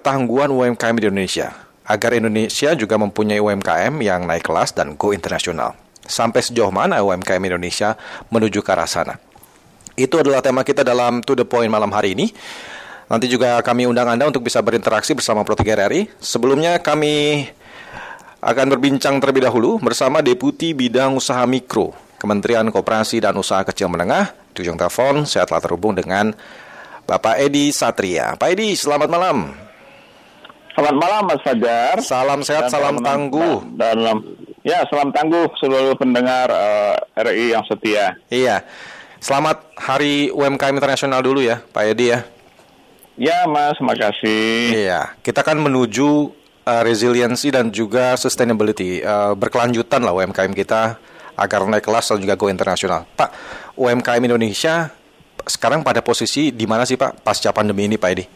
ketangguhan UMKM di Indonesia, agar Indonesia juga mempunyai UMKM yang naik kelas dan go internasional. Sampai sejauh mana UMKM Indonesia menuju ke arah sana? Itu adalah tema kita dalam To The Point malam hari ini. Nanti juga kami undang Anda untuk bisa berinteraksi bersama Pro 3 RRI. Sebelumnya kami akan berbincang terlebih dahulu bersama Deputi Bidang Usaha Mikro, Kementerian Koperasi dan Usaha Kecil Menengah. Di ujung telepon, saya telah terhubung dengan Bapak Edi Satria. Pak Edi, selamat malam. Selamat malam, Mas Fajar. Salam sehat, salam tangguh. Salam tangguh seluruh pendengar RRI yang setia. Iya, selamat Hari UMKM Internasional dulu ya, Pak Edi ya. Ya, Mas, makasih. Iya, kita kan menuju resiliensi dan juga sustainability, berkelanjutan lah UMKM kita agar naik kelas dan juga go internasional. Pak, UMKM Indonesia sekarang pada posisi di mana sih Pak pasca pandemi ini, Pak Edi?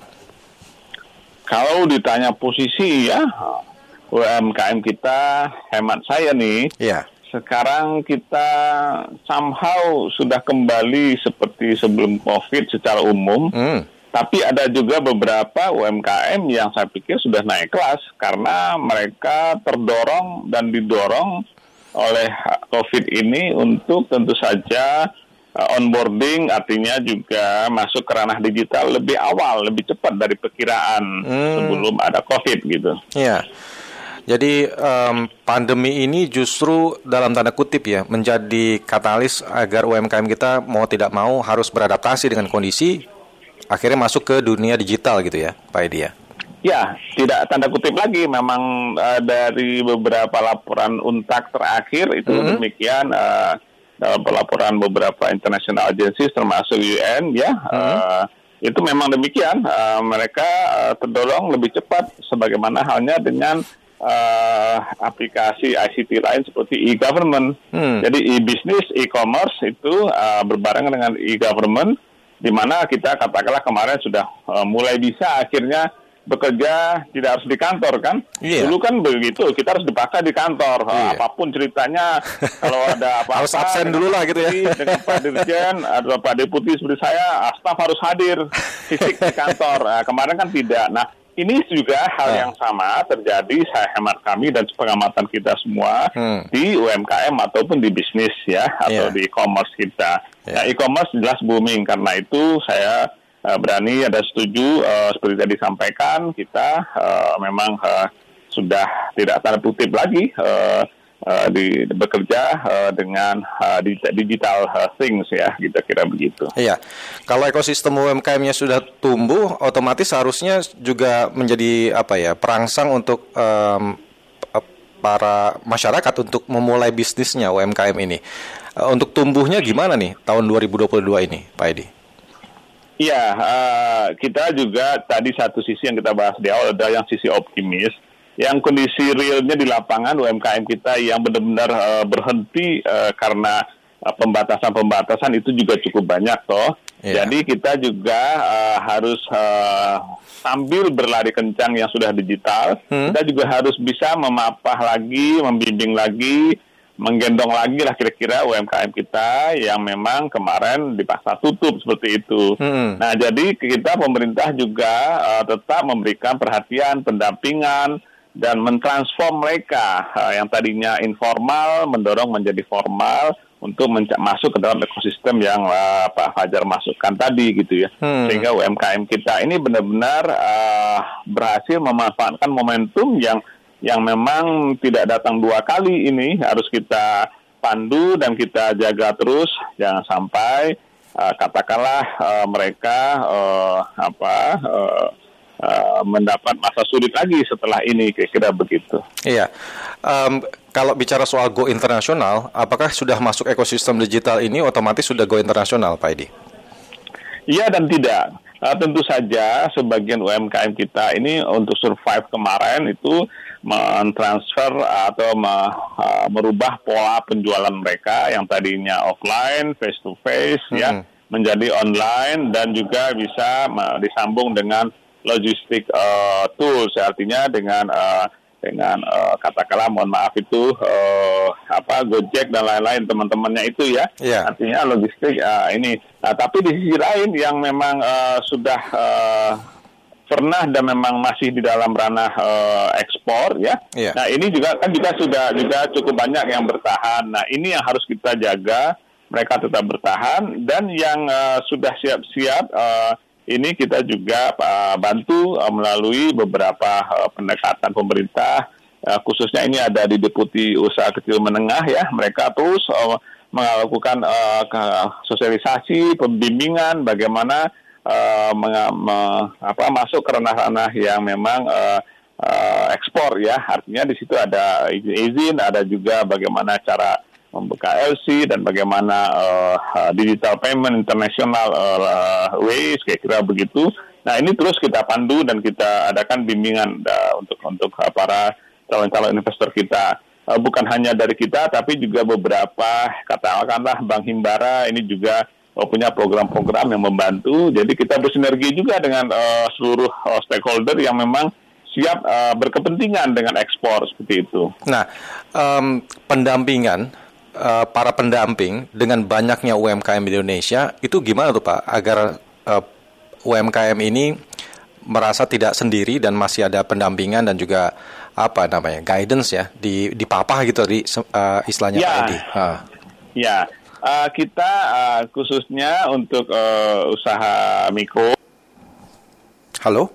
Kalau ditanya posisi ya, UMKM kita, hemat saya nih, sekarang kita somehow sudah kembali seperti sebelum COVID secara umum. Tapi ada juga beberapa UMKM yang saya pikir sudah naik kelas karena mereka terdorong dan didorong oleh COVID ini untuk tentu saja onboarding, artinya juga masuk ke ranah digital lebih awal, lebih cepat dari perkiraan sebelum ada COVID gitu. Iya. Jadi pandemi ini justru dalam tanda kutip ya menjadi katalis agar UMKM kita mau tidak mau harus beradaptasi dengan kondisi, akhirnya masuk ke dunia digital gitu ya, Pak Edi ya? Ya, tidak tanda kutip lagi. Memang dari beberapa laporan UNTAK terakhir itu demikian. Dalam pelaporan beberapa international agencies termasuk UN ya, itu memang demikian. Mereka terdorong lebih cepat sebagaimana halnya dengan aplikasi ICT lain seperti e-government. Jadi e-business, e-commerce itu berbarengan dengan e-government, di mana kita katakanlah kemarin sudah mulai bisa akhirnya bekerja tidak harus di kantor kan. Dulu kan begitu, kita harus dipaksa di kantor. Apapun ceritanya, kalau ada apa-apa harus absen dulu lah gitu ya. Dengan Pak Dirjen atau Pak Deputi seperti saya, staf harus hadir fisik di kantor. Kemarin kan tidak. Nah, ini juga hal yang sama terjadi, saya hemat kami dan pengamatan kita semua di UMKM ataupun di bisnis ya, atau di e-commerce kita. Nah, e-commerce jelas booming, karena itu saya berani ada setuju seperti tadi disampaikan, kita memang sudah tidak tanda kutip lagi bekerja dengan digital things ya, kita kira begitu. Iya, kalau ekosistem UMKM-nya sudah tumbuh, otomatis harusnya juga menjadi perangsang untuk para masyarakat untuk memulai bisnisnya UMKM ini. Untuk tumbuhnya gimana nih tahun 2022 ini, Pak Edi? Iya, kita juga tadi satu sisi yang kita bahas di awal ada yang sisi optimis, yang kondisi realnya di lapangan UMKM kita yang benar-benar berhenti karena pembatasan itu juga cukup banyak toh. Jadi kita juga harus sambil berlari kencang yang sudah digital, kita juga harus bisa memapah lagi, membimbing lagi, menggendong lagi lah kira-kira UMKM kita yang memang kemarin dipaksa tutup seperti itu. Nah, jadi kita pemerintah juga tetap memberikan perhatian, pendampingan, dan mentransform mereka yang tadinya informal, mendorong menjadi formal untuk masuk ke dalam ekosistem yang Pak Fajar masukkan tadi gitu ya. Sehingga UMKM kita ini benar-benar berhasil memanfaatkan momentum yang memang tidak datang dua kali ini, harus kita pandu dan kita jaga terus, jangan sampai katakanlah mereka mendapat masa sulit lagi setelah ini, kira-kira begitu. Iya, kalau bicara soal go internasional, apakah sudah masuk ekosistem digital ini otomatis sudah go internasional, Pak Edi? Iya dan tidak. Tentu saja sebagian UMKM kita ini untuk survive kemarin itu mentransfer atau merubah pola penjualan mereka yang tadinya offline, face to face ya, menjadi online dan juga bisa disambung dengan logistik tools, artinya dengan katakanlah mohon maaf itu Gojek dan lain-lain teman-temannya itu ya. Artinya logistik ini. Nah, tapi di sisi lain yang memang sudah pernah dan memang masih di dalam ranah ekspor ya. Yeah. Nah ini juga sudah cukup banyak yang bertahan. Nah ini yang harus kita jaga, mereka tetap bertahan, dan yang sudah siap-siap ini kita juga bantu melalui beberapa pendekatan pemerintah, khususnya ini ada di Deputi Usaha Kecil Menengah ya. Mereka terus melakukan sosialisasi, pembimbingan bagaimana masuk ke ranah-ranah yang memang ekspor ya. Artinya di situ ada izin, ada juga bagaimana cara membuka LC dan bagaimana digital payment international ways, kira-kira begitu. Nah ini terus kita pandu dan kita adakan bimbingan untuk para calon-calon investor kita. Bukan hanya dari kita, tapi juga beberapa, katakanlah Bank Himbara ini juga punya program-program yang membantu. Jadi kita bersinergi juga dengan seluruh stakeholder yang memang siap berkepentingan dengan ekspor seperti itu. Nah, pendampingan para pendamping dengan banyaknya UMKM di Indonesia itu gimana tuh Pak agar UMKM ini merasa tidak sendiri dan masih ada pendampingan dan juga guidance ya dipapah gitu di istilahnya ya, Pak Edi. Ya. Kita khususnya untuk usaha mikro. Halo?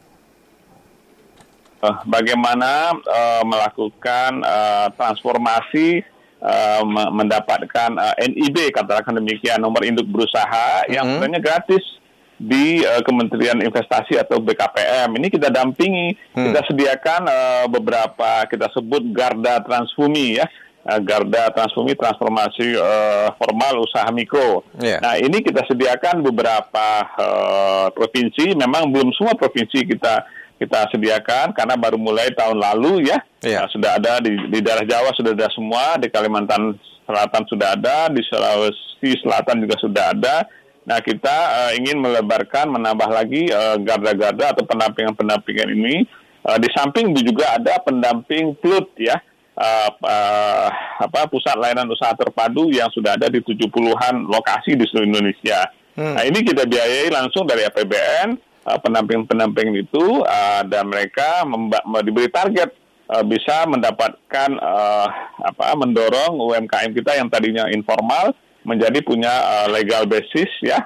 Bagaimana melakukan transformasi, mendapatkan NIB, katakan demikian, nomor induk berusaha yang sebenarnya gratis di Kementerian Investasi atau BKPM. Ini kita dampingi, kita sediakan beberapa, kita sebut Garda Transfumi ya. Garda Transfumi transformasi formal usaha mikro. Yeah. Nah ini kita sediakan beberapa provinsi. Memang belum semua provinsi kita sediakan karena baru mulai tahun lalu ya. Yeah. Sudah ada di daerah Jawa sudah ada semua, di Kalimantan Selatan sudah ada, di Sulawesi Selatan juga sudah ada. Nah kita ingin menambah lagi garda-garda atau pendampingan ini. Di samping juga ada pendamping PLUT ya. Pusat layanan usaha terpadu yang sudah ada di 70-an lokasi di seluruh Indonesia. Nah ini kita biayai langsung dari APBN, pendamping itu dan mereka diberi target bisa mendapatkan mendorong UMKM kita yang tadinya informal menjadi punya legal basis ya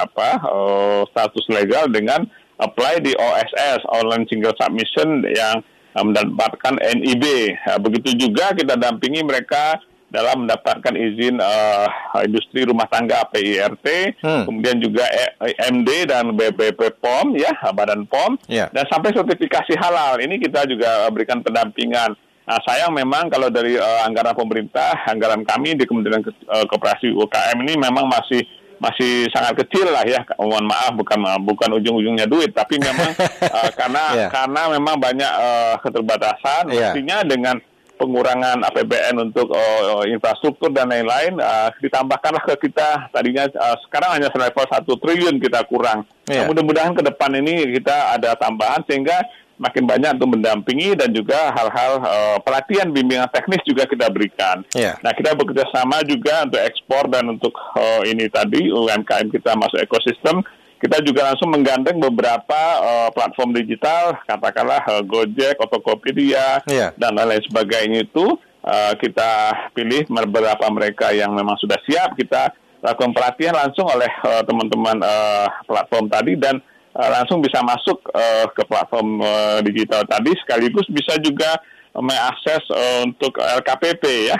status legal dengan apply di OSS, Online Single Submission, yang mendapatkan NIB. Begitu juga kita dampingi mereka dalam mendapatkan izin industri rumah tangga PIRT, kemudian juga MD dan BPP POM ya, Badan POM, dan sampai sertifikasi halal. Ini kita juga berikan pendampingan. Nah, sayang memang kalau dari anggaran pemerintah, anggaran kami di Kementerian Koperasi UKM ini memang masih sangat kecil lah ya. Mohon maaf, bukan ujung-ujungnya duit, tapi memang karena memang banyak keterbatasan. Mestinya dengan pengurangan APBN untuk infrastruktur dan lain-lain, ditambahkanlah ke kita. Tadinya sekarang hanya level 1 triliun kita kurang. Nah, mudah-mudahan ke depan ini kita ada tambahan sehingga makin banyak untuk mendampingi, dan juga hal-hal pelatihan bimbingan teknis juga kita berikan. Nah, kita bekerja sama juga untuk ekspor dan untuk ini tadi UMKM kita masuk ekosistem. Kita juga langsung menggandeng beberapa platform digital, katakanlah Gojek, Tokopedia, dan lain-lain sebagainya itu. Kita pilih beberapa mereka yang memang sudah siap, kita lakukan pelatihan langsung oleh teman-teman platform tadi, dan langsung bisa masuk ke platform digital tadi, sekaligus bisa juga mengakses untuk LKPP ya.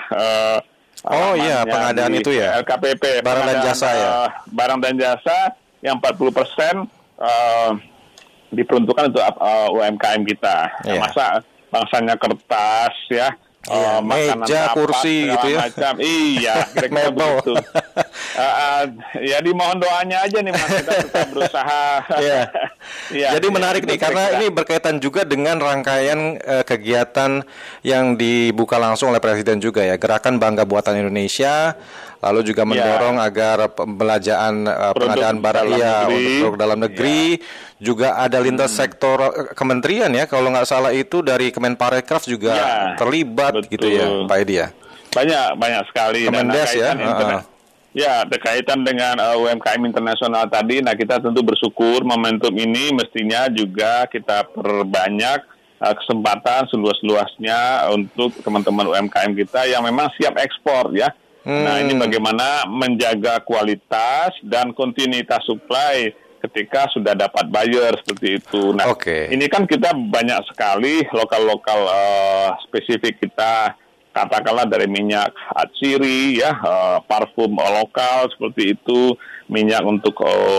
Pengadaan itu ya. LKPP, barang dan jasa ya. Barang dan jasa yang 40% diperuntukkan untuk UMKM kita. Masa bangsanya kertas ya. Meja, kursi gitu ya. Macam. Iya, kira-kira begitu. Ya dimohon doanya aja nih Mas, kita tetap berusaha. Jadi menarik nih, karena ini berkaitan juga dengan rangkaian kegiatan yang dibuka langsung oleh Presiden juga ya, Gerakan Bangga Buatan Indonesia, lalu juga mendorong agar pembelajaran pengadaan barang untuk produk dalam negeri. Juga ada lintas sektor kementerian ya, kalau nggak salah itu dari Kemenparekraf juga terlibat. Betul. Gitu ya Pak Edi ya. Banyak sekali. Kemendes ya. Ya, berkaitan dengan UMKM internasional tadi, nah kita tentu bersyukur momentum ini mestinya juga kita perbanyak kesempatan seluas-luasnya untuk teman-teman UMKM kita yang memang siap ekspor ya. Nah, ini bagaimana menjaga kualitas dan kontinuitas supply ketika sudah dapat buyer seperti itu. Nah, ini kan kita banyak sekali lokal-lokal spesifik kita, katakanlah dari minyak atsiri ya, parfum lokal seperti itu, minyak untuk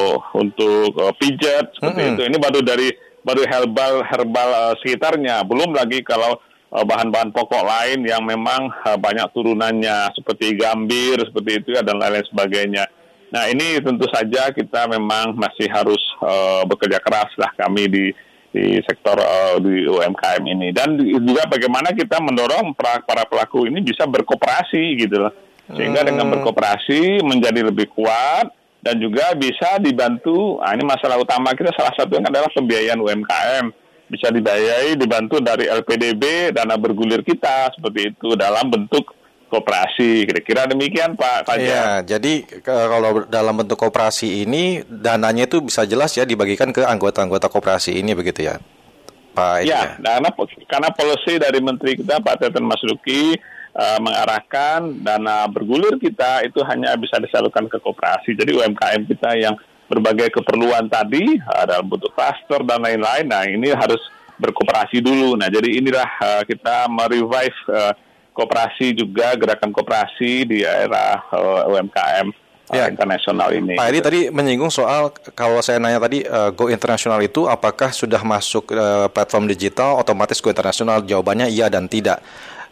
pijat seperti itu. Ini baru herbal sekitarnya. Belum lagi kalau bahan-bahan pokok lain yang memang banyak turunannya seperti gambir seperti itu ya, dan lain-lain sebagainya. Nah, ini tentu saja kita memang masih harus bekerja keras lah kami di sektor di UMKM ini, dan juga bagaimana kita mendorong para pelaku ini bisa berkooperasi gitu loh, sehingga dengan berkooperasi menjadi lebih kuat dan juga bisa dibantu. Nah, ini masalah utama kita salah satunya adalah pembiayaan UMKM, bisa dibantu dari LPDB, dana bergulir kita seperti itu dalam bentuk koperasi. Kira-kira demikian Pak Fajar. Ya, jadi kalau dalam bentuk koperasi ini dananya itu bisa jelas ya dibagikan ke anggota-anggota koperasi ini begitu ya, Pak Edi? Ya, karena policy dari Menteri kita Pak Teten Mas Duki mengarahkan dana bergulir kita itu hanya bisa disalurkan ke koperasi. Jadi UMKM kita yang berbagai keperluan tadi dalam bentuk klaster dan lain-lain, nah ini harus berkoperasi dulu. Nah, jadi inilah kita merevive koperasi juga, gerakan koperasi di era UMKM internasional ini. Pak Edi tadi menyinggung soal, kalau saya nanya tadi Go Internasional itu apakah sudah masuk platform digital otomatis Go Internasional? Jawabannya iya dan tidak.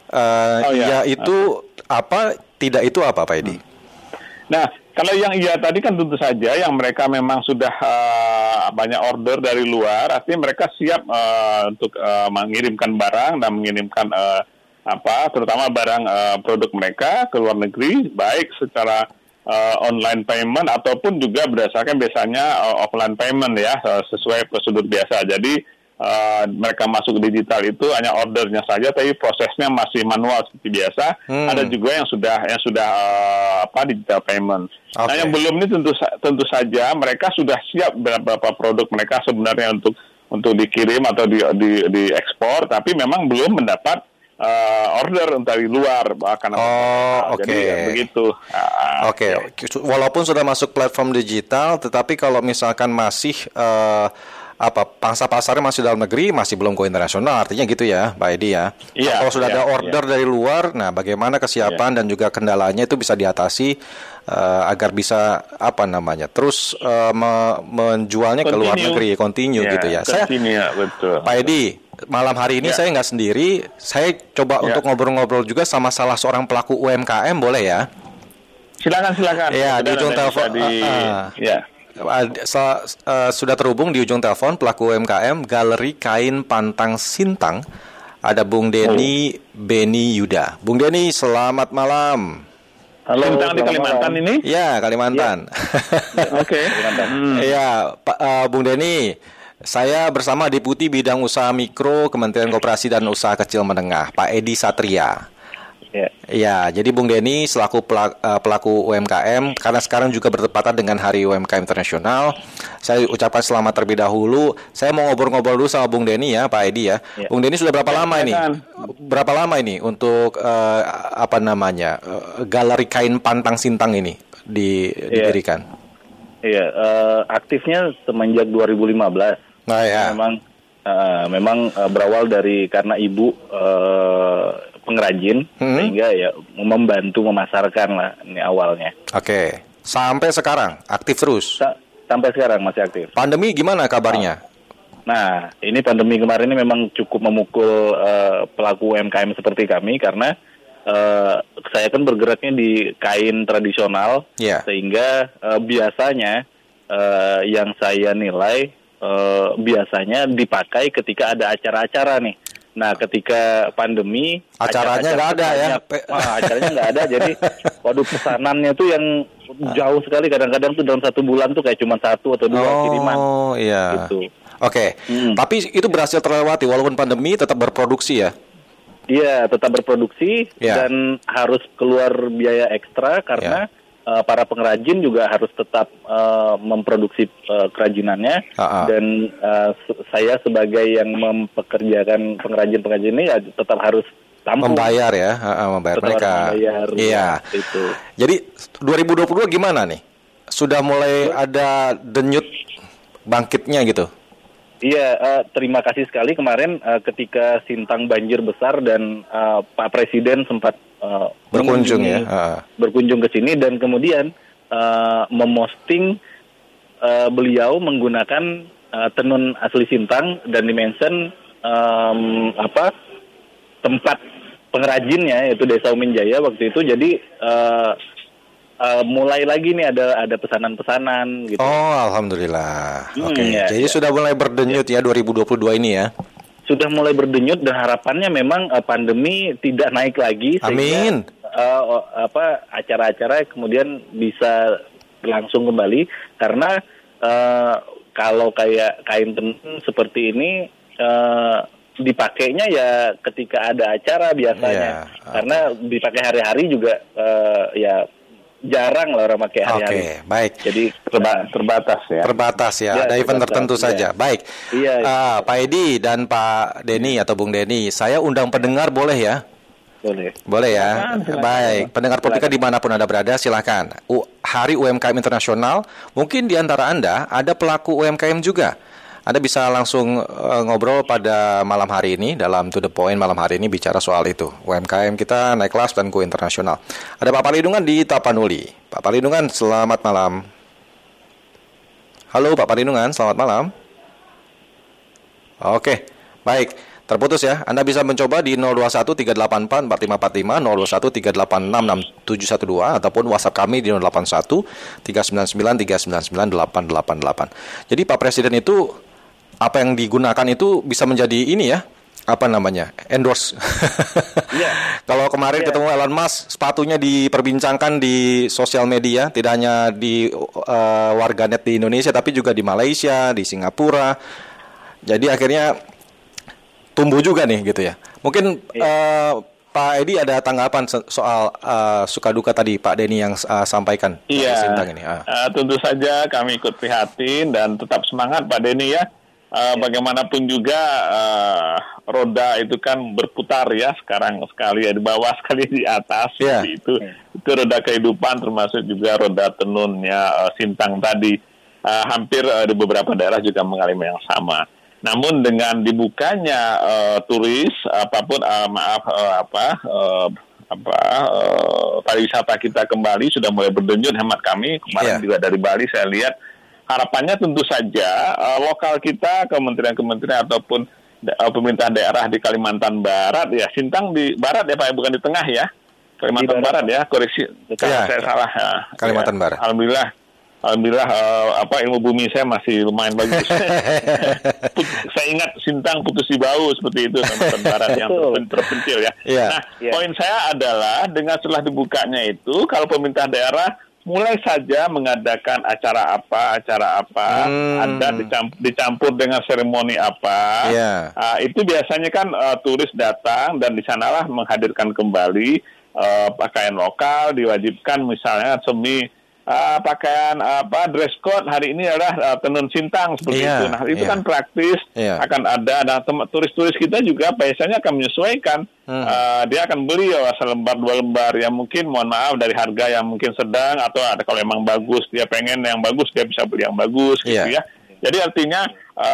Ya itu apa, tidak itu apa Pak Edi? Nah, kalau yang iya tadi kan tentu saja yang mereka memang sudah banyak order dari luar, artinya mereka siap untuk mengirimkan barang dan mengirimkan terutama barang produk mereka ke luar negeri, baik secara online payment ataupun juga berdasarkan biasanya offline payment ya, sesuai prosedur biasa. Jadi mereka masuk digital itu hanya ordernya saja, tapi prosesnya masih manual seperti biasa. Ada juga yang sudah digital payment. Nah, yang belum ini tentu saja mereka sudah siap beberapa produk mereka sebenarnya untuk dikirim atau diekspor, tapi memang belum mendapat order dari luar bahkan. Jadi begitu. Walaupun sudah masuk platform digital, tetapi kalau misalkan masih pangsa pasarnya masih dalam negeri, masih belum go internasional, artinya gitu ya, Pak Edi ya. Kalau sudah ada order dari luar, nah bagaimana kesiapan dan juga kendalanya itu bisa diatasi agar bisa terus menjualnya ke luar negeri, continue gitu ya. Betul. Pak Edi, malam hari ini saya nggak sendiri, saya coba untuk ngobrol-ngobrol juga sama salah seorang pelaku UMKM, boleh ya? Silakan. Ya, di ujung telepon. Sudah terhubung di ujung telepon pelaku UMKM Galeri Kain Pantang Sintang, ada Bung Denny Beni Yuda. Bung Denny, selamat malam. Halo, Sintang di Kalimantan malam. Ini? Ya, Kalimantan. Oke. Ya, Bung Denny, saya bersama Deputi Bidang Usaha Mikro Kementerian Koperasi dan Usaha Kecil Menengah, Pak Edi Satria. Ya, jadi Bung Denny selaku pelaku UMKM, karena sekarang juga bertepatan dengan Hari UMKM Internasional, saya ucapkan selamat terlebih dahulu. Saya mau ngobrol-ngobrol dulu sama Bung Denny ya, Pak Edi ya. Bung Denny sudah berapa lama ini? Berapa lama ini untuk Galeri Kain Pantang Sintang ini didirikan? Iya, aktifnya semenjak 2015. Nah, ya. Memang berawal dari karena ibu pengrajin, sehingga ya membantu memasarkan lah ini awalnya. Oke. Sampai sekarang aktif terus? Sampai sekarang masih aktif. Pandemi gimana kabarnya? Nah, ini pandemi kemarin ini memang cukup memukul pelaku UMKM seperti kami, karena saya kan bergeraknya di kain tradisional, sehingga biasanya yang saya nilai biasanya dipakai ketika ada acara-acara nih. Nah, ketika pandemi acaranya nggak ada ya? Acaranya nggak ada, jadi waduh, pesanannya tuh yang jauh sekali. Kadang-kadang tuh dalam 1 bulan tuh kayak cuma 1 atau 2 kiriman. Oh iya. Gitu. Oke. Tapi itu berhasil terlewati walaupun pandemi, tetap berproduksi ya? Iya, tetap berproduksi dan harus keluar biaya ekstra karena para pengrajin juga harus tetap memproduksi kerajinannya, dan saya sebagai yang mempekerjakan pengrajin-pengrajin ini ya tetap harus membayar ya, membayar mereka. Iya. Itu. Jadi 2022 gimana nih? Sudah mulai ada denyut bangkitnya gitu? Iya, terima kasih sekali kemarin ketika Sintang banjir besar dan Pak Presiden sempat berkunjung berkunjung ke sini dan kemudian memosting beliau menggunakan tenun asli Sintang dan dimension tempat pengrajinnya yaitu Desa Umin Jaya waktu itu. Jadi mulai lagi nih ada pesanan-pesanan gitu. Oh, alhamdulillah. Oke. Jadi sudah mulai berdenyut ya 2022 ini ya. Sudah mulai berdenyut dan harapannya memang pandemi tidak naik lagi. Amin. Sehingga acara-acara kemudian bisa berlangsung kembali karena kalau kayak kain tenun seperti ini dipakainya ya ketika ada acara biasanya. Karena dipakai hari-hari juga ya jarang lah orang pakai hari-hari. Oke, baik. Jadi terbatas ya. Terbatas ya. Ada event tertentu saja. Baik. Iya. Pak Edi dan Pak Denny atau Bung Denny, saya undang pendengar boleh ya? Boleh ya. Baik. Pendengar Politika dimanapun Anda berada, silakan. Hari UMKM Internasional, mungkin di antara Anda ada pelaku UMKM juga. Anda bisa langsung ngobrol pada malam hari ini dalam To The Point malam hari ini bicara soal itu. UMKM kita naik kelas dan go internasional. Ada Pak Palindungan di Tapanuli. Pak Palindungan, selamat malam. Halo Pak Palindungan, selamat malam. Oke, baik. Terputus ya. Anda bisa mencoba di 021-384-4545, 021-386-6712 ataupun WhatsApp kami di 081-399-399-888. Jadi Pak Presiden itu apa yang digunakan itu bisa menjadi ini ya, apa namanya, endorse. Kalau kemarin ketemu Elon Musk, sepatunya diperbincangkan di sosial media, tidak hanya di warganet di Indonesia, tapi juga di Malaysia, di Singapura. Jadi akhirnya tumbuh juga nih gitu ya. Mungkin Pak Edi ada tanggapan soal suka duka tadi Pak Denny yang sampaikan. Iya, Sintang ini. Tentu saja kami ikut prihatin dan tetap semangat Pak Denny ya. Bagaimanapun juga roda itu kan berputar ya, sekarang sekali ya di bawah, sekali di atas. Seperti itu roda kehidupan, termasuk juga roda tenunnya Sintang tadi. Hampir di beberapa daerah juga mengalami yang sama. Namun dengan dibukanya turis pariwisata kita kembali sudah mulai berdenyut hemat kami. Kemarin juga dari Bali saya lihat, harapannya tentu saja lokal kita, kementerian-kementerian ataupun pemerintah daerah di Kalimantan Barat ya, Sintang di Barat ya Pak, bukan di tengah ya, Kalimantan Barat ya, koreksi kalau saya salah ya. Kalimantan Barat. Alhamdulillah ilmu bumi saya masih lumayan bagus. Saya ingat Sintang putus di bau seperti itu, Kalimantan Barat yang terpencil ya. Poin saya adalah dengan setelah dibukanya itu, kalau pemerintah daerah mulai saja mengadakan acara apa, ada dicampur dengan seremoni apa, itu biasanya kan turis datang dan di sanalah menghadirkan kembali pakaian lokal, diwajibkan misalnya pakaian dress code hari ini adalah tenun Sintang seperti itu. Nah itu kan praktis akan ada. Nah turis-turis kita juga biasanya akan menyesuaikan. Dia akan beli selembar 2 lembar yang mungkin mohon maaf dari harga yang mungkin sedang, atau ada kalau emang bagus dia pengen yang bagus dia bisa beli yang bagus gitu ya. Jadi artinya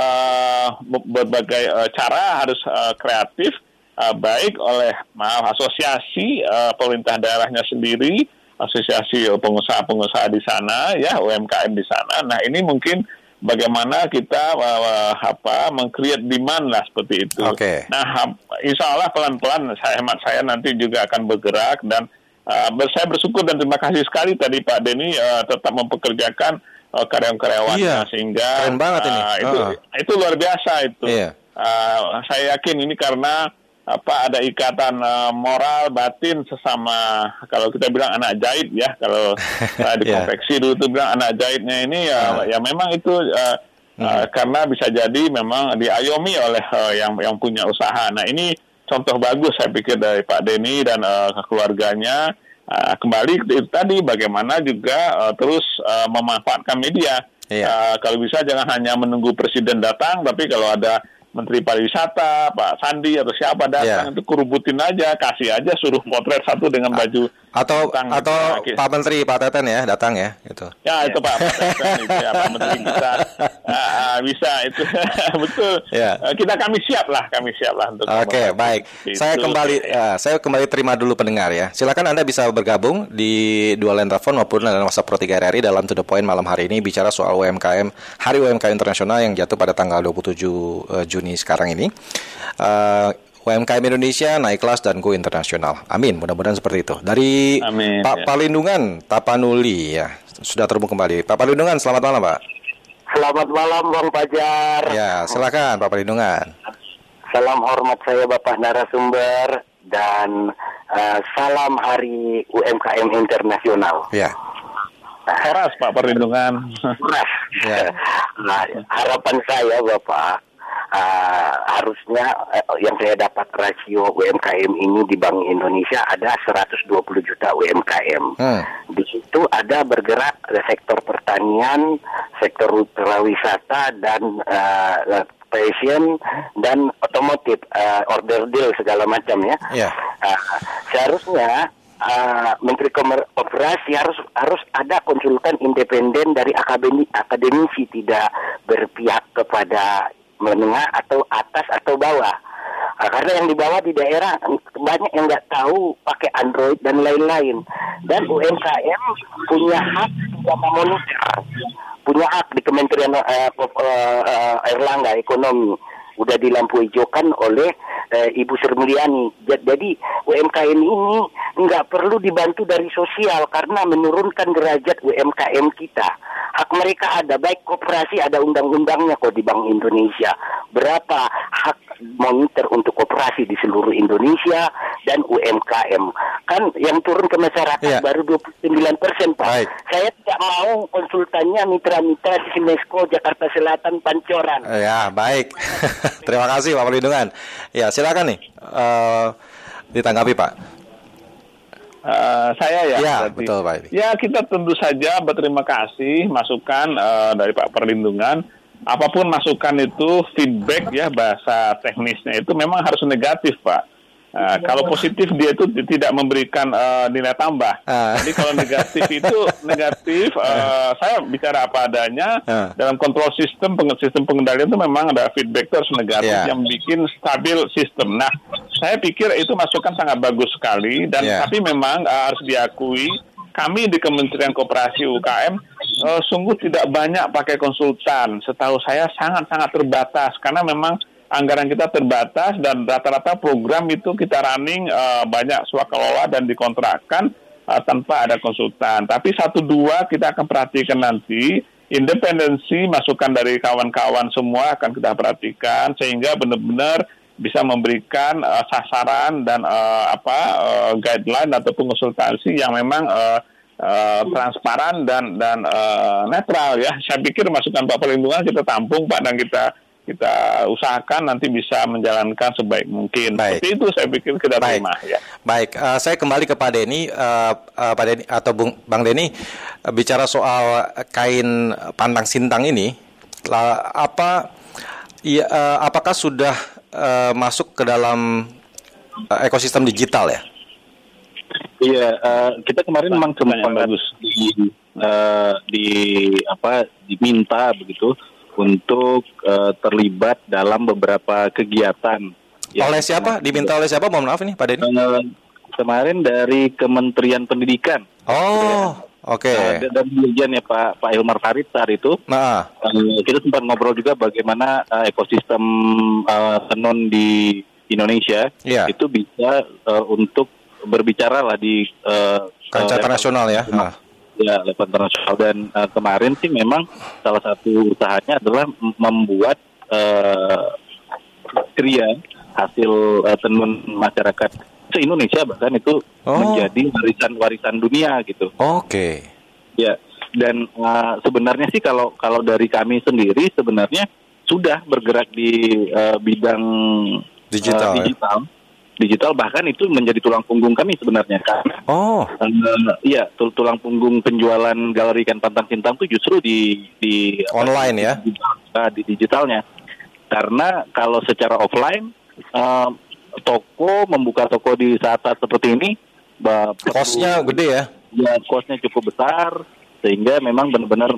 berbagai cara harus kreatif, baik oleh asosiasi pemerintah daerahnya sendiri, asosiasi pengusaha-pengusaha di sana ya, UMKM di sana. Nah ini mungkin bagaimana kita meng-create demand lah seperti itu. Nah insya Allah pelan-pelan hemat saya nanti juga akan bergerak, dan saya bersyukur dan terima kasih sekali tadi Pak Denny tetap mempekerjakan karyawan-karyawannya sehingga keren banget ini. Itu luar biasa itu. Saya yakin ini karena ada ikatan moral batin sesama, kalau kita bilang anak jahit ya, kalau di konveksi dulu itu bilang anak jahitnya ini ya memang itu karena bisa jadi memang diayomi oleh yang punya usaha. Nah ini contoh bagus saya pikir dari Pak Denny dan keluarganya, kembali itu tadi bagaimana juga terus memanfaatkan media. Kalau bisa jangan hanya menunggu presiden datang, tapi kalau ada Menteri Pariwisata, Pak Sandi atau siapa datang itu kerubutin aja, kasih aja suruh potret satu dengan baju atau Pak Menteri, Pak Teten ya datang ya itu. Ya itu Pak Teten itu ya, Pak Menteri kita bisa itu betul. Kami siap lah untuk. Oke, baik. Itu. Saya kembali terima dulu pendengar ya. Silakan Anda bisa bergabung di dua line telepon maupun dalam WhatsApp Pro 3 RRI dalam To The Point malam hari ini bicara soal UMKM, Hari UMKM Internasional yang jatuh pada tanggal 27 Juni sekarang ini. UMKM Indonesia naik kelas dan go internasional. Amin, mudah-mudahan seperti itu. Dari Pak Palindungan Tapanuli ya, sudah terhubung kembali. Pak Palindungan, selamat malam Pak. Selamat malam Bang Fajar. Ya, silakan Pak Palindungan. Salam hormat saya Bapak narasumber dan salam Hari UMKM Internasional. Ya. Keras Pak Perlindungan. Keras. Nah, harapan saya Bapak, harusnya yang saya dapat rasio UMKM ini di Bank Indonesia ada 120 juta UMKM. Di situ ada bergerak sektor pertanian, sektor pariwisata dan fashion dan otomotif, order deal segala macam ya. Seharusnya Menteri Koperasi harus ada konsultan independen dari akademisi, tidak berpihak kepada menengah atau atas atau bawah. Karena yang di bawah di daerah banyak yang nggak tahu pakai Android dan lain-lain. Dan UMKM punya hak tidak memonitor, punya hak di Kementerian Erlangga Ekonomi. Udah dilampu hijaukan oleh Ibu Sri Mulyani. Jadi UMKM ini nggak perlu dibantu dari sosial karena menurunkan derajat UMKM kita. Hak mereka ada, baik koperasi ada undang-undangnya kok di Bank Indonesia. Berapa hak monitor untuk koperasi di seluruh Indonesia dan UMKM. Kan yang turun ke masyarakat baru 29%, Pak. Baik. Saya tidak mau konsultannya mitra-mitra di Simesko, Jakarta Selatan, Pancoran. Ya, baik. Terima kasih Pak Perlindungan. Ya, silakan nih ditanggapi Pak. Saya ya. Ya, betul Pak. Ya, kita tentu saja berterima kasih masukan dari Pak Perlindungan. Apapun masukan itu feedback ya, bahasa teknisnya itu memang harus negatif Pak. Kalau positif dia itu tidak memberikan nilai tambah. Jadi kalau negatif itu negatif. Saya bicara apa adanya. Dalam kontrol sistem pengendalian itu memang ada feedback terus negatif yang bikin stabil sistem. Nah, saya pikir itu masukan sangat bagus sekali dan tapi memang harus diakui kami di Kementerian Koperasi UKM sungguh tidak banyak pakai konsultan. Setahu saya sangat-sangat terbatas karena memang anggaran kita terbatas dan rata-rata program itu kita running banyak swakelola dan dikontrakkan tanpa ada konsultan. Tapi 1-2 kita akan perhatikan nanti, independensi masukan dari kawan-kawan semua akan kita perhatikan sehingga benar-benar bisa memberikan sasaran dan guideline ataupun konsultasi yang memang transparan dan netral ya. Saya pikir masukan Pak Perlindungan kita tampung Pak dan kita usahakan nanti bisa menjalankan sebaik mungkin. Baik. Seperti itu saya pikir kita terima ya. Baik, saya kembali ke Pak Denny, Pak Denny atau Bang Denny bicara soal kain pantang sintang ini, apakah sudah masuk ke dalam ekosistem digital ya? Iya, kita kemarin memang sempat diminta begitu untuk terlibat dalam beberapa kegiatan. Oleh siapa? Diminta oleh siapa? Mohon maaf ini Pak Denny. Kemarin dari Kementerian Pendidikan. Oh, oke. Dan dirjen ya Pak Hilmar Farid saat itu. Nah, kita sempat ngobrol juga bagaimana ekosistem tenun di Indonesia itu bisa untuk berbicara lah di kancah internasional ya. Ya, level internasional. Dan kemarin sih memang salah satu usahanya adalah membuat kriya hasil tenun masyarakat se-Indonesia bahkan itu menjadi warisan dunia gitu. Oke. Ya, dan sebenarnya sih kalau dari kami sendiri sebenarnya sudah bergerak di bidang digital. digital, bahkan itu menjadi tulang punggung kami sebenarnya karena tulang punggung penjualan galeri ikan pantang Sintang itu justru di online ya, di digitalnya. Karena kalau secara offline membuka toko di saat-saat seperti ini cost-nya gede ya. Ya, cost-nya cukup besar sehingga memang benar-benar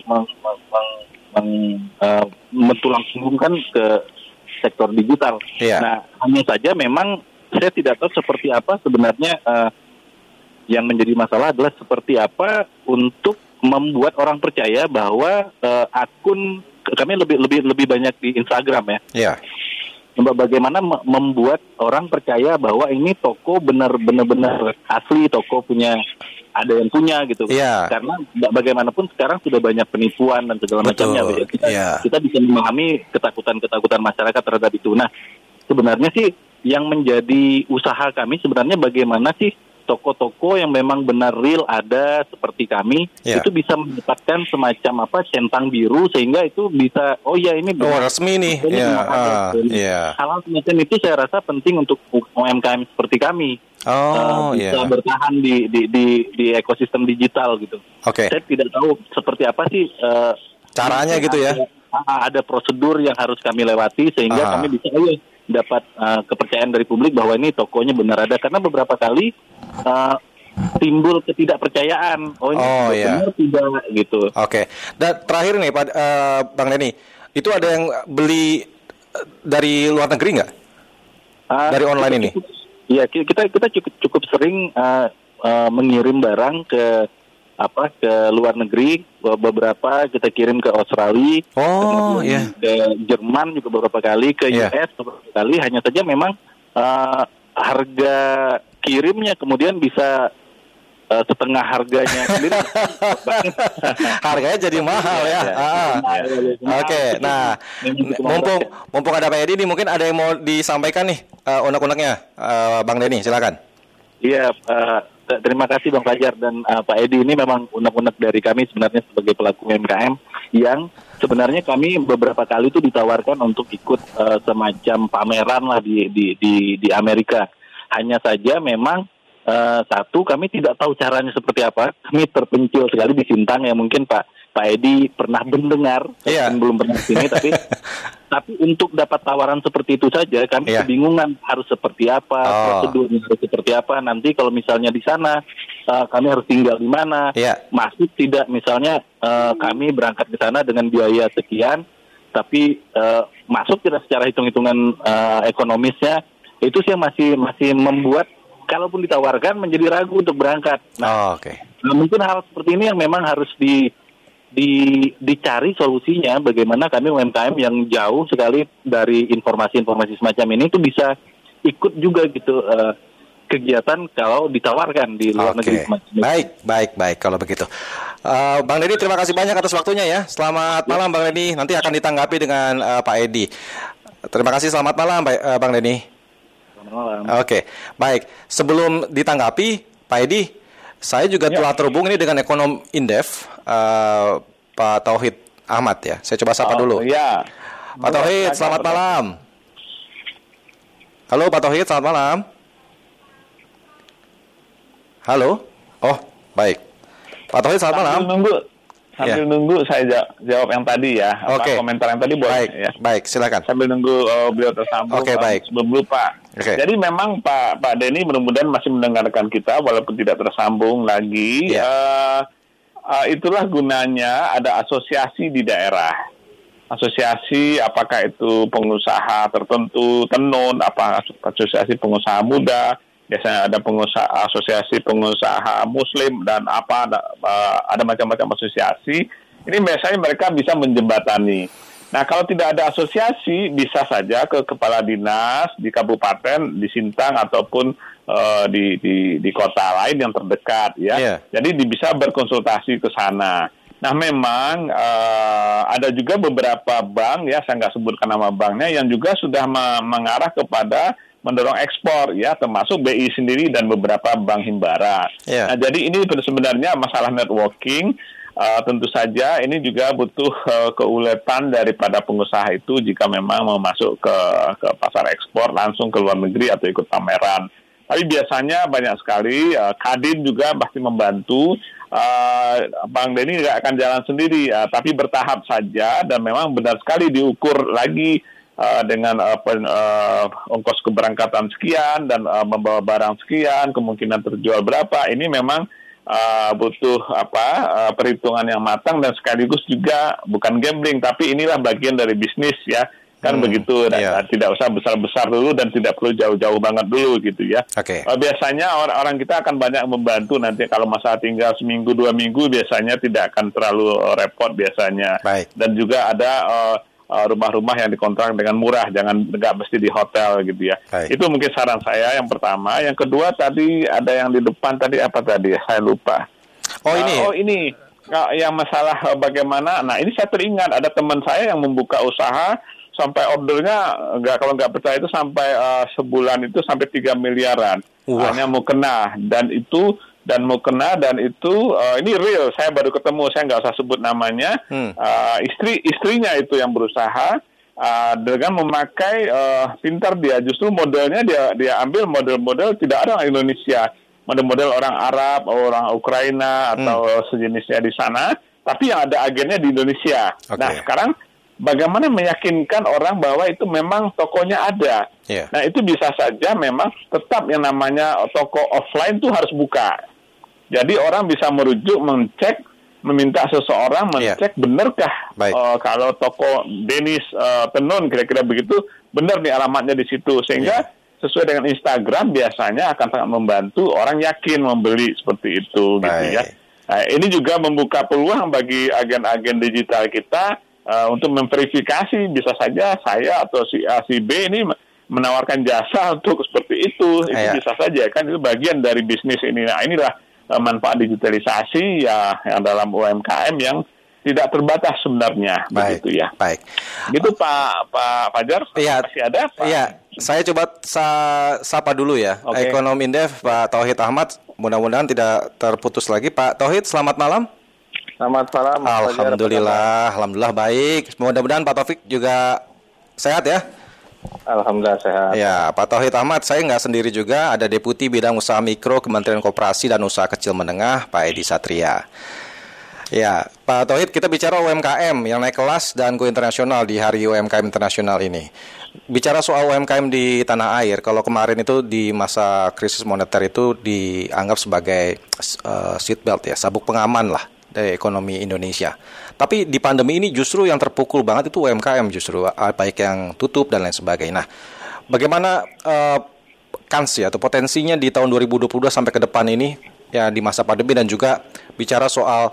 mentulang punggungkan ke sektor digital. Yeah. Nah, hanya saja memang saya tidak tahu seperti apa sebenarnya yang menjadi masalah adalah seperti apa untuk membuat orang percaya bahwa akun kami lebih banyak di Instagram ya. Yeah. Bagaimana membuat orang percaya bahwa ini toko benar-benar asli, toko ada yang punya gitu. Yeah. Karena bagaimanapun sekarang sudah banyak penipuan dan segala macamnya. Kita bisa memahami ketakutan masyarakat terhadap itu. Nah, sebenarnya sih yang menjadi usaha kami sebenarnya bagaimana sih toko-toko yang memang benar real ada seperti kami itu bisa mendapatkan semacam centang biru sehingga itu bisa ini resmi nih. Hal semacam itu saya rasa penting untuk UMKM seperti kami bisa bertahan di ekosistem digital gitu. Saya tidak tahu seperti apa sih caranya gitu ya. Ada prosedur yang harus kami lewati sehingga kami bisa dapat kepercayaan dari publik bahwa ini tokonya benar ada, karena beberapa kali timbul ketidakpercayaan. Ini benar tidak gitu. Dan terakhir nih Pak Bang Denny, itu ada yang beli dari luar negeri nggak? Dari online ini? Iya, kita cukup sering mengirim barang ke luar negeri. Beberapa kita kirim ke Australia, ke Jerman juga beberapa kali, ke US beberapa kali. Hanya saja memang harga kirimnya kemudian bisa setengah harganya sendiri. Harganya jadi mahal ya. Nah, mumpung ada Pak Edi nih, mungkin ada yang mau disampaikan nih unek-uneknya, Bang Denny, silakan. Iya, terima kasih Bang Fajar dan Pak Edi. Ini memang unek-unek dari kami sebenarnya sebagai pelaku UMKM yang sebenarnya kami beberapa kali itu ditawarkan untuk ikut semacam pameran lah di Amerika. Hanya saja memang kami tidak tahu caranya seperti apa. Kami terpencil sekali di Sintang ya, mungkin Pak Edi pernah mendengar, belum pernah sini, tapi untuk dapat tawaran seperti itu saja kami kebingungan harus seperti apa, prosedurnya harus seperti apa. Nanti kalau misalnya di sana kami harus tinggal di mana, masuk tidak, misalnya kami berangkat ke sana dengan biaya sekian, tapi masuk tidak secara hitung-hitungan ekonomisnya, itu sih masih membuat kalaupun ditawarkan menjadi ragu untuk berangkat. Nah, mungkin hal seperti ini yang memang harus dicari solusinya, bagaimana kami UMKM yang jauh sekali dari informasi-informasi semacam ini itu bisa ikut juga gitu kegiatan kalau ditawarkan di luar negeri semacam ini. Baik kalau begitu. Bang Denny, terima kasih banyak atas waktunya ya. Selamat malam Bang Denny. Nanti akan ditanggapi dengan Pak Edi. Terima kasih, selamat malam Bang Denny. Malam. Baik. Sebelum ditanggapi, Pak Edi, saya juga telah terhubung ini dengan ekonom Indef, Pak Tauhid Ahmad ya. Saya coba sapa dulu. Pak Tauhid, selamat malam. Halo Pak Tauhid, selamat malam. Halo. Baik. Pak Tauhid, selamat malam. Sambil nunggu saya jawab yang tadi ya. Komentar yang tadi boleh. Baik, silakan. Sambil nunggu beliau tersambung. Baik. Sebelum lupa. Jadi memang Pak Denny mudah-mudahan masih mendengarkan kita walaupun tidak tersambung lagi. Itulah gunanya ada asosiasi di daerah. Asosiasi apakah itu pengusaha tertentu, tenun, asosiasi pengusaha muda. Biasanya ada asosiasi pengusaha muslim dan ada macam-macam asosiasi. Ini biasanya mereka bisa menjembatani. Nah, kalau tidak ada asosiasi, bisa saja ke kepala dinas di kabupaten, di Sintang ataupun di kota lain yang terdekat ya. Jadi bisa berkonsultasi ke sana. Nah, memang ada juga beberapa bank ya, saya nggak sebutkan nama banknya, yang juga sudah mengarah kepada mendorong ekspor ya, termasuk BI sendiri dan beberapa bank himbara. Nah, jadi ini sebenarnya masalah networking. tentu saja ini juga butuh keuletan daripada pengusaha itu jika memang mau masuk ke pasar ekspor langsung ke luar negeri atau ikut pameran. Tapi biasanya banyak sekali Kadin juga pasti membantu. Bang Denny nggak akan jalan sendiri, tapi bertahap saja dan memang benar sekali diukur lagi dengan ongkos keberangkatan sekian dan membawa barang sekian, kemungkinan terjual berapa. Ini memang butuh perhitungan yang matang dan sekaligus juga bukan gambling, tapi inilah bagian dari bisnis ya, kan begitu. Dan tidak usah besar-besar dulu dan tidak perlu jauh-jauh banget dulu gitu ya. Biasanya orang kita akan banyak membantu nanti kalau masa tinggal seminggu 2 minggu biasanya tidak akan terlalu repot biasanya. Dan juga ada rumah-rumah yang dikontrak dengan murah, nggak mesti di hotel gitu ya. Itu mungkin saran saya yang pertama. Yang kedua tadi ada yang di depan tadi apa tadi? Saya lupa. Ini yang masalah bagaimana. Nah ini saya teringat ada teman saya yang membuka usaha sampai ordernya kalau nggak percaya itu sampai sebulan itu sampai 3 miliaran. Hanya mau kena dan itu. Ini real, saya baru ketemu, saya nggak usah sebut namanya. Istrinya itu yang berusaha dengan memakai pintar dia, justru modelnya dia ambil model-model tidak ada orang Indonesia, model-model orang Arab, orang Ukraina atau sejenisnya di sana, tapi yang ada agennya di Indonesia. Nah sekarang bagaimana meyakinkan orang bahwa itu memang tokonya ada? Nah itu bisa saja memang tetap yang namanya toko offline itu harus buka. Jadi orang bisa merujuk, meminta seseorang mengecek benarkah kalau toko Denis Tenun kira-kira begitu, benar nih alamatnya di situ. Sehingga sesuai dengan Instagram biasanya akan sangat membantu orang yakin membeli seperti itu gitu ya. Nah, ini juga membuka peluang bagi agen-agen digital kita untuk memverifikasi, bisa saja saya atau si A, si B ini menawarkan jasa untuk seperti itu. Itu bisa saja kan, itu bagian dari bisnis ini. Nah inilah manfaat digitalisasi ya yang dalam UMKM yang tidak terbatas sebenarnya. Begitu ya. Gitu Pak Fajar. Masih ada Pak? Iya, saya coba sapa dulu ya. Ekonom Indef Pak Tauhid Ahmad, mudah-mudahan tidak terputus lagi. Pak Tauhid, selamat malam. Selamat malam. Alhamdulillah baik. Mudah-mudahan Pak Taufik juga sehat ya. Alhamdulillah sehat. Ya, Pak Tauhid Ahmad, saya nggak sendiri juga, ada Deputi Bidang Usaha Mikro Kementerian Koperasi dan Usaha Kecil Menengah, Pak Edi Satria. Ya, Pak Tauhid, kita bicara UMKM yang naik kelas dan go internasional di Hari UMKM Internasional ini. Bicara soal UMKM di tanah air, kalau kemarin itu di masa krisis moneter itu dianggap sebagai seatbelt ya, sabuk pengaman lah dari ekonomi Indonesia. Tapi di pandemi ini justru yang terpukul banget itu UMKM justru, baik yang tutup dan lain sebagainya. Nah, bagaimana kansnya atau potensinya di tahun 2022 sampai ke depan ini ya di masa pandemi, dan juga bicara soal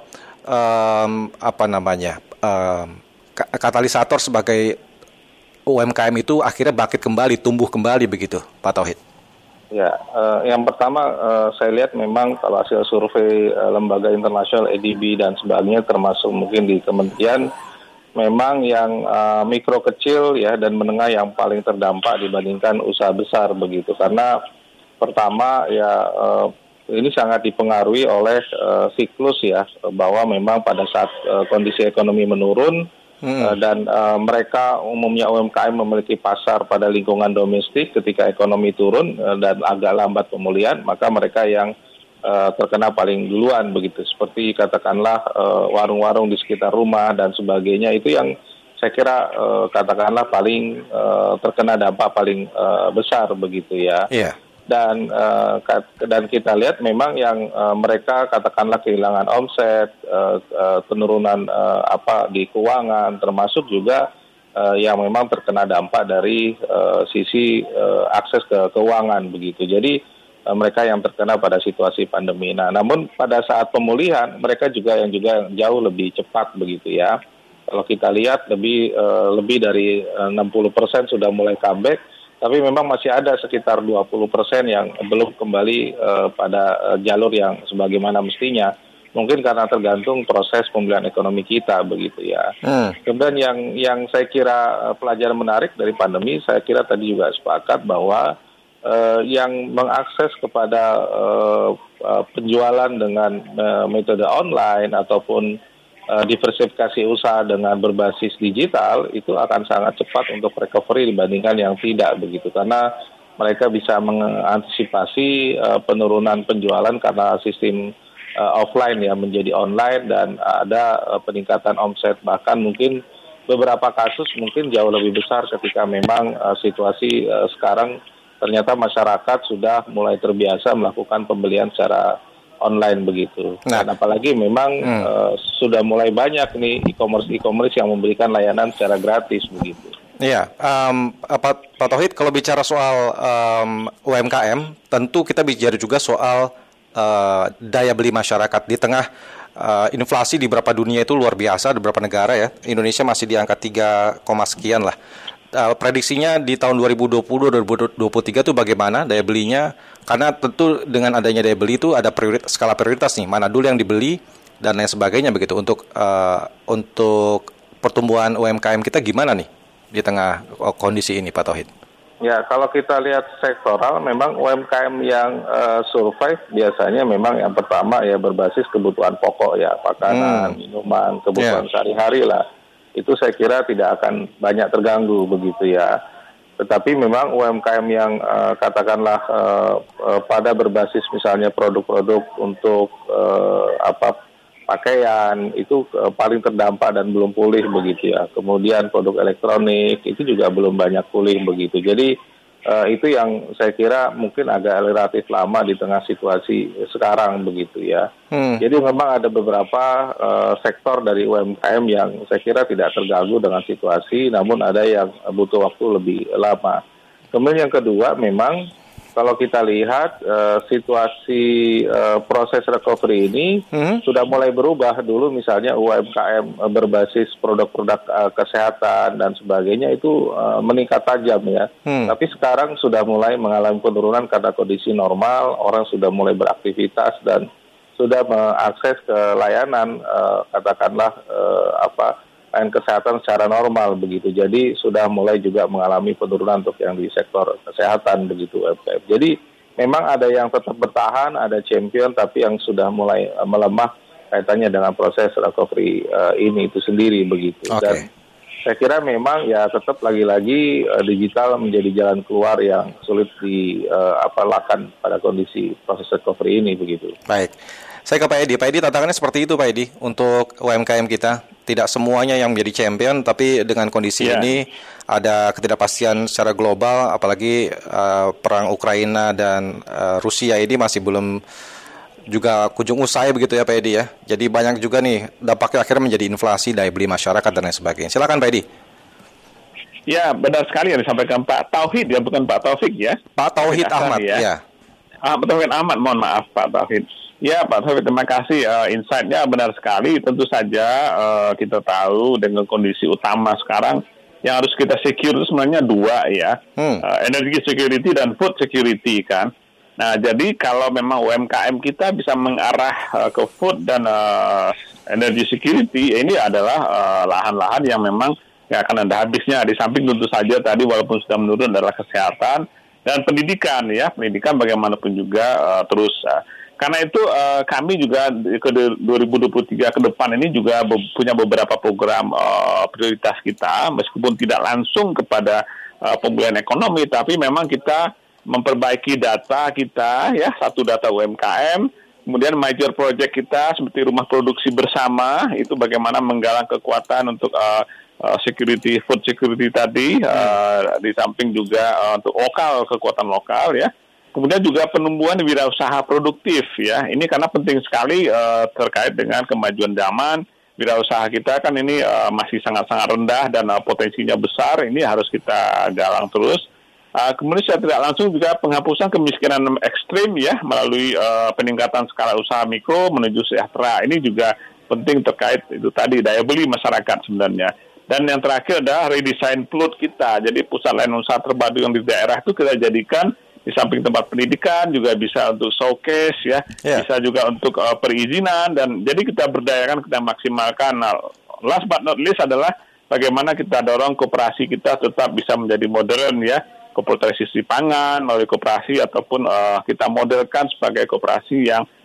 katalisator sebagai UMKM itu akhirnya bangkit kembali, tumbuh kembali begitu, Pak Tauhid. Ya, yang pertama saya lihat memang kalau hasil survei lembaga internasional ADB dan sebagainya, termasuk mungkin di kementerian, memang yang mikro kecil ya dan menengah yang paling terdampak dibandingkan usaha besar begitu. Karena pertama ya ini sangat dipengaruhi oleh siklus ya, bahwa memang pada saat kondisi ekonomi menurun, dan mereka umumnya UMKM memiliki pasar pada lingkungan domestik. Ketika ekonomi turun dan agak lambat pemulihan, maka mereka yang terkena paling duluan begitu. Seperti katakanlah warung-warung di sekitar rumah dan sebagainya, itu yang saya kira katakanlah paling terkena dampak paling besar begitu ya. Dan kita lihat memang yang mereka katakanlah kehilangan omset, penurunan di keuangan, termasuk juga yang memang terkena dampak dari sisi akses ke keuangan begitu. Jadi mereka yang terkena pada situasi pandemi. Nah, namun pada saat pemulihan mereka juga jauh lebih cepat begitu ya. Kalau kita lihat lebih dari 60% sudah mulai comeback. Tapi memang masih ada sekitar 20% yang belum kembali pada jalur yang sebagaimana mestinya. Mungkin karena tergantung proses pemulihan ekonomi kita begitu ya. Kemudian yang saya kira pelajaran menarik dari pandemi, saya kira tadi juga sepakat bahwa yang mengakses kepada penjualan dengan metode online ataupun diversifikasi usaha dengan berbasis digital itu akan sangat cepat untuk recovery dibandingkan yang tidak begitu, karena mereka bisa mengantisipasi penurunan penjualan karena sistem offline ya menjadi online, dan ada peningkatan omset, bahkan mungkin beberapa kasus mungkin jauh lebih besar ketika memang situasi sekarang ternyata masyarakat sudah mulai terbiasa melakukan pembelian secara online begitu. Nah, dan apalagi memang sudah mulai banyak nih e-commerce yang memberikan layanan secara gratis begitu. Iya, Pak Tauhid, kalau bicara soal UMKM, tentu kita bicara juga soal daya beli masyarakat di tengah inflasi di beberapa dunia itu luar biasa, di beberapa negara ya. Indonesia masih di angka 3, sekian lah. Prediksinya di tahun 2020-2023 itu bagaimana daya belinya? Karena tentu dengan adanya daya beli itu ada skala prioritas nih, mana dulu yang dibeli dan lain sebagainya begitu. Untuk pertumbuhan UMKM kita gimana nih di tengah kondisi ini, Pak Tauhid? Ya, kalau kita lihat sektoral, memang UMKM yang survive biasanya memang yang pertama ya berbasis kebutuhan pokok ya, makanan, minuman, kebutuhan sehari-hari lah. Itu saya kira tidak akan banyak terganggu begitu ya. Tetapi memang UMKM yang katakanlah pada berbasis misalnya produk-produk untuk pakaian itu paling terdampak dan belum pulih begitu ya. Kemudian produk elektronik itu juga belum banyak pulih begitu. Jadi itu yang saya kira mungkin agak relatif lama di tengah situasi sekarang begitu ya. Jadi memang ada beberapa sektor dari UMKM yang saya kira tidak terganggu dengan situasi, namun ada yang butuh waktu lebih lama. Kemudian yang kedua, memang kalau kita lihat situasi proses recovery ini sudah mulai berubah. Dulu misalnya UMKM berbasis produk-produk kesehatan dan sebagainya itu meningkat tajam ya. Tapi sekarang sudah mulai mengalami penurunan karena kondisi normal, orang sudah mulai beraktivitas dan sudah mengakses ke layanan katakanlah layanan kesehatan secara normal begitu. Jadi sudah mulai juga mengalami penurunan untuk yang di sektor kesehatan begitu UMKM. Jadi memang ada yang tetap bertahan, ada champion, tapi yang sudah mulai melemah kaitannya dengan proses recovery ini itu sendiri begitu. Dan saya kira memang ya tetap lagi-lagi digital menjadi jalan keluar yang sulit dilakukan pada kondisi proses recovery ini begitu. Baik. Saya ke Pak Edi. Pak Edi, tantangannya seperti itu Pak Edi untuk UMKM kita. Tidak semuanya yang menjadi champion, tapi dengan kondisi ini ada ketidakpastian secara global, apalagi perang Ukraina dan Rusia ini masih belum juga kunjung usai begitu ya Pak Edi ya. Jadi banyak juga nih dampaknya akhirnya menjadi inflasi, daya beli masyarakat dan lain sebagainya. Silakan Pak Edi. Ya, benar sekali yang disampaikan Pak Tauhid ya, bukan Pak Taufik ya. Pak Tauhid Ahmad ya. Pak Tauhid Ahmad, mohon maaf Pak Tauhid. Ya Pak Taufik, terima kasih. Insight-nya benar sekali. Tentu saja kita tahu dengan kondisi utama sekarang yang harus kita secure itu sebenarnya dua ya. Energy security dan food security kan. Nah jadi kalau memang UMKM kita bisa mengarah ke food dan energy security, ini adalah lahan-lahan yang memang gak akan ada habisnya. Di samping tentu saja tadi walaupun sudah menurun adalah kesehatan dan pendidikan ya. Pendidikan bagaimanapun juga terus karena itu kami juga ke 2023 ke depan ini juga punya beberapa program prioritas kita, meskipun tidak langsung kepada pemulihan ekonomi, tapi memang kita memperbaiki data kita, ya, satu data UMKM, kemudian major project kita seperti rumah produksi bersama, itu bagaimana menggalang kekuatan untuk security, food security tadi, di samping juga untuk lokal, kekuatan lokal, ya. Kemudian juga penumbuhan wirausaha produktif ya. Ini karena penting sekali terkait dengan kemajuan zaman. Wirausaha kita kan ini masih sangat-sangat rendah dan potensinya besar. Ini harus kita galang terus. Kemudian secara tidak langsung juga penghapusan kemiskinan ekstrim ya melalui peningkatan skala usaha mikro menuju sejahtera. Ini juga penting terkait itu tadi daya beli masyarakat sebenarnya. Dan yang terakhir adalah redesign plot kita. Jadi pusat layanan usaha terpadu yang di daerah itu kita jadikan di samping tempat pendidikan juga bisa untuk showcase ya, bisa juga untuk perizinan dan jadi kita berdayakan, kita maksimalkan. Nah, last but not least adalah bagaimana kita dorong koperasi kita tetap bisa menjadi modern ya, koperasi pangan melalui koperasi ataupun kita modelkan sebagai koperasi yang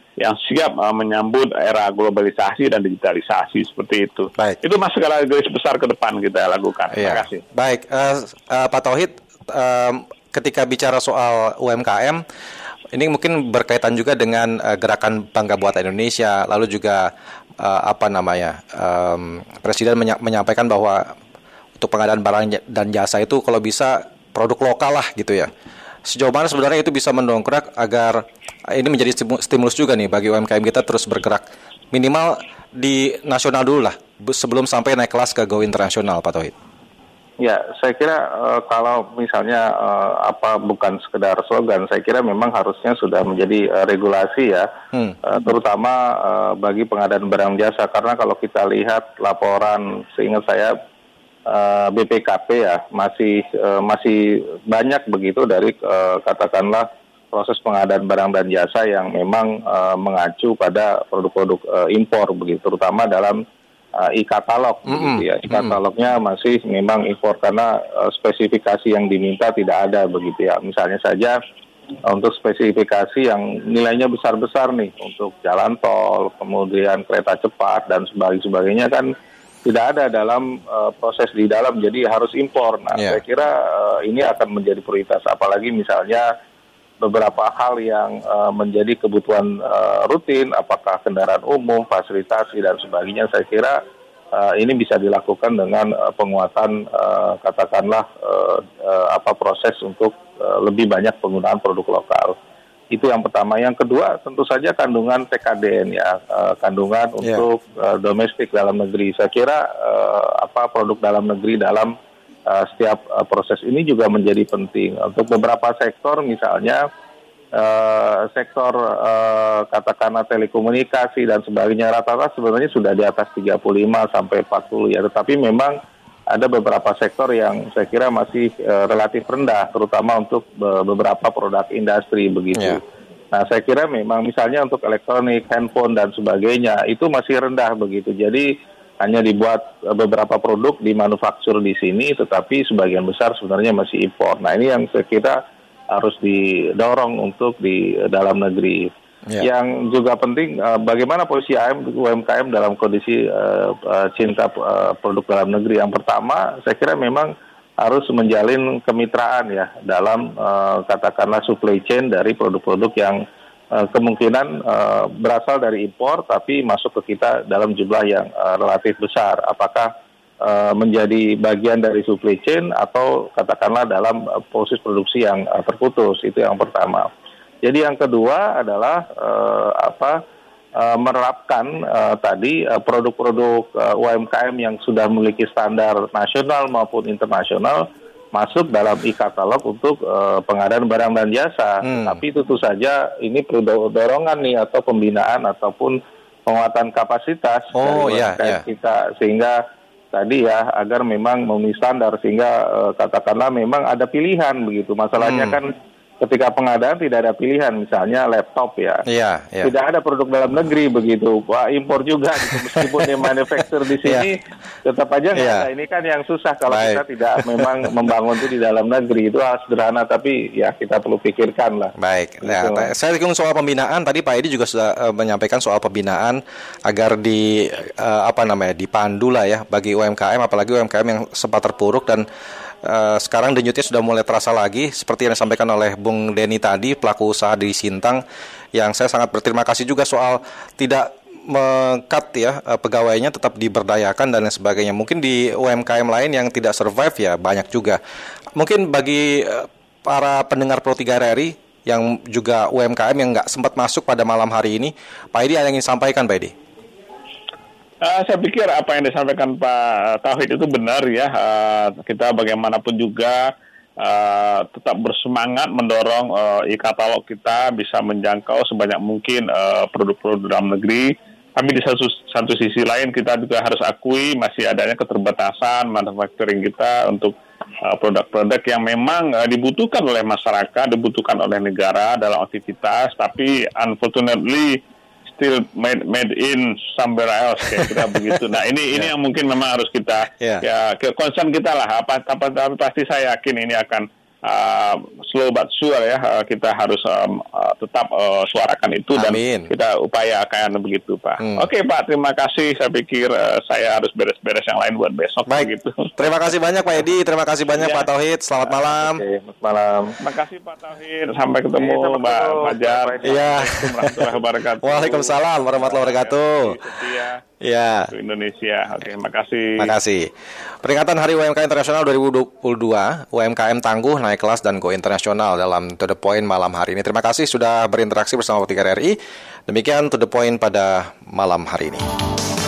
yang siap menyambut era globalisasi dan digitalisasi seperti itu. Baik. Itu masuk garis besar ke depan kita lakukan. Terima kasih. Baik, Pak Tauhid, ketika bicara soal UMKM, ini mungkin berkaitan juga dengan gerakan Bangga Buatan Indonesia, lalu juga Presiden menyampaikan bahwa untuk pengadaan barang dan jasa itu kalau bisa produk lokal lah gitu ya. Sejauh mana sebenarnya itu bisa mendongkrak agar ini menjadi stimulus juga nih bagi UMKM kita terus bergerak minimal di nasional dulu lah sebelum sampai naik kelas ke go internasional, Pak Tauhid. Ya, saya kira kalau misalnya bukan sekedar slogan, saya kira memang harusnya sudah menjadi regulasi ya, terutama bagi pengadaan barang jasa, karena kalau kita lihat laporan, seingat saya BPKP ya masih banyak begitu dari katakanlah proses pengadaan barang dan jasa yang memang mengacu pada produk-produk impor begitu, terutama dalam e-katalog begitu ya. E-katalognya masih memang impor karena spesifikasi yang diminta tidak ada begitu ya. Misalnya saja untuk spesifikasi yang nilainya besar-besar nih untuk jalan tol, kemudian kereta cepat dan sebagainya kan tidak ada dalam proses di dalam, jadi harus impor. Nah, saya kira ini akan menjadi prioritas, apalagi misalnya beberapa hal yang menjadi kebutuhan rutin, apakah kendaraan umum, fasilitasi dan sebagainya. Saya kira ini bisa dilakukan dengan penguatan katakanlah proses untuk lebih banyak penggunaan produk lokal. Itu yang pertama. Yang kedua tentu saja kandungan TKDN ya, kandungan untuk domestik dalam negeri. Saya kira produk dalam negeri dalam setiap proses ini juga menjadi penting. Untuk beberapa sektor misalnya sektor katakanlah telekomunikasi dan sebagainya, rata-rata sebenarnya sudah di atas 35 sampai 40 ya, tetapi memang ada beberapa sektor yang saya kira masih relatif rendah, terutama untuk beberapa produk industri begitu. Nah, saya kira memang misalnya untuk elektronik, handphone dan sebagainya itu masih rendah begitu. Jadi hanya dibuat beberapa produk dimanufaktur di sini, tetapi sebagian besar sebenarnya masih impor. Nah, ini yang saya kira harus didorong untuk di dalam negeri. Yang juga penting, bagaimana posisi UMKM dalam kondisi cinta produk dalam negeri. Yang pertama, saya kira memang harus menjalin kemitraan ya dalam katakanlah supply chain dari produk-produk yang kemungkinan berasal dari impor tapi masuk ke kita dalam jumlah yang relatif besar. Apakah menjadi bagian dari supply chain atau katakanlah dalam proses produksi yang terputus, itu yang pertama. Jadi yang kedua adalah menerapkan tadi produk-produk UMKM yang sudah memiliki standar nasional maupun internasional masuk dalam e-katalog untuk pengadaan barang dan jasa. Tapi tentu saja ini perlu dorongan nih atau pembinaan ataupun penguatan kapasitas dari UMKM kita, sehingga tadi ya agar memang memenuhi standar, sehingga katakanlah memang ada pilihan begitu. Masalahnya kan ketika pengadaan tidak ada pilihan, misalnya laptop ya, tidak ada produk dalam negeri begitu, impor juga gitu. Meskipun dia manufacture di sini, tetap aja nggak ada. Ini kan yang susah kalau kita tidak memang membangun itu di dalam negeri. Itu hal sederhana, tapi ya kita perlu pikirkan lah. Baik, gitu. Saya singgung soal pembinaan. Tadi Pak Edi juga sudah menyampaikan soal pembinaan agar dipandu lah ya bagi UMKM, apalagi UMKM yang sempat terpuruk dan sekarang denyutnya sudah mulai terasa lagi, seperti yang disampaikan oleh Bung Denny tadi, pelaku usaha di Sintang, yang saya sangat berterima kasih juga soal tidak meng-cut ya pegawainya, tetap diberdayakan dan lain sebagainya. Mungkin di UMKM lain yang tidak survive ya banyak juga. Mungkin bagi para pendengar Pro 3 RRI yang juga UMKM yang nggak sempat masuk pada malam hari ini, Pak Edi ada yang ingin sampaikan, Pak Edi? Saya pikir apa yang disampaikan Pak Tauhid itu benar ya. Kita bagaimanapun juga tetap bersemangat mendorong e-katalog kita bisa menjangkau sebanyak mungkin produk-produk dalam negeri. Tapi di satu sisi lain kita juga harus akui masih adanya keterbatasan manufacturing kita untuk produk-produk yang memang dibutuhkan oleh masyarakat, dibutuhkan oleh negara dalam aktivitas, tapi unfortunately still made in somewhere else, kayak kira begitu. Nah ini yang mungkin memang harus kita concern kita lah. Tapi pasti saya yakin ini akan slow but sure ya, kita harus tetap suarakan itu. Amin. Dan kita upayakan begitu, Pak. Oke, Pak, terima kasih. Saya pikir saya harus beres-beres yang lain buat besok. Baik, begitu. Terima kasih banyak Pak Edi, terima kasih banyak Pak Tauhid. Selamat malam. Selamat malam. Terima kasih Pak Tauhid. Sampai ketemu Mbak Fajar. Iya. Warahmatullahi wabarakatuh. Waalaikumsalam warahmatullahi wabarakatuh. Ya. Indonesia. Oke, makasih. Makasih. Peringatan Hari UMKM Internasional 2022, UMKM tangguh, naik kelas, dan go internasional dalam To The Point malam hari ini. Terima kasih sudah berinteraksi bersama 3 RRI. Demikian To The Point pada malam hari ini.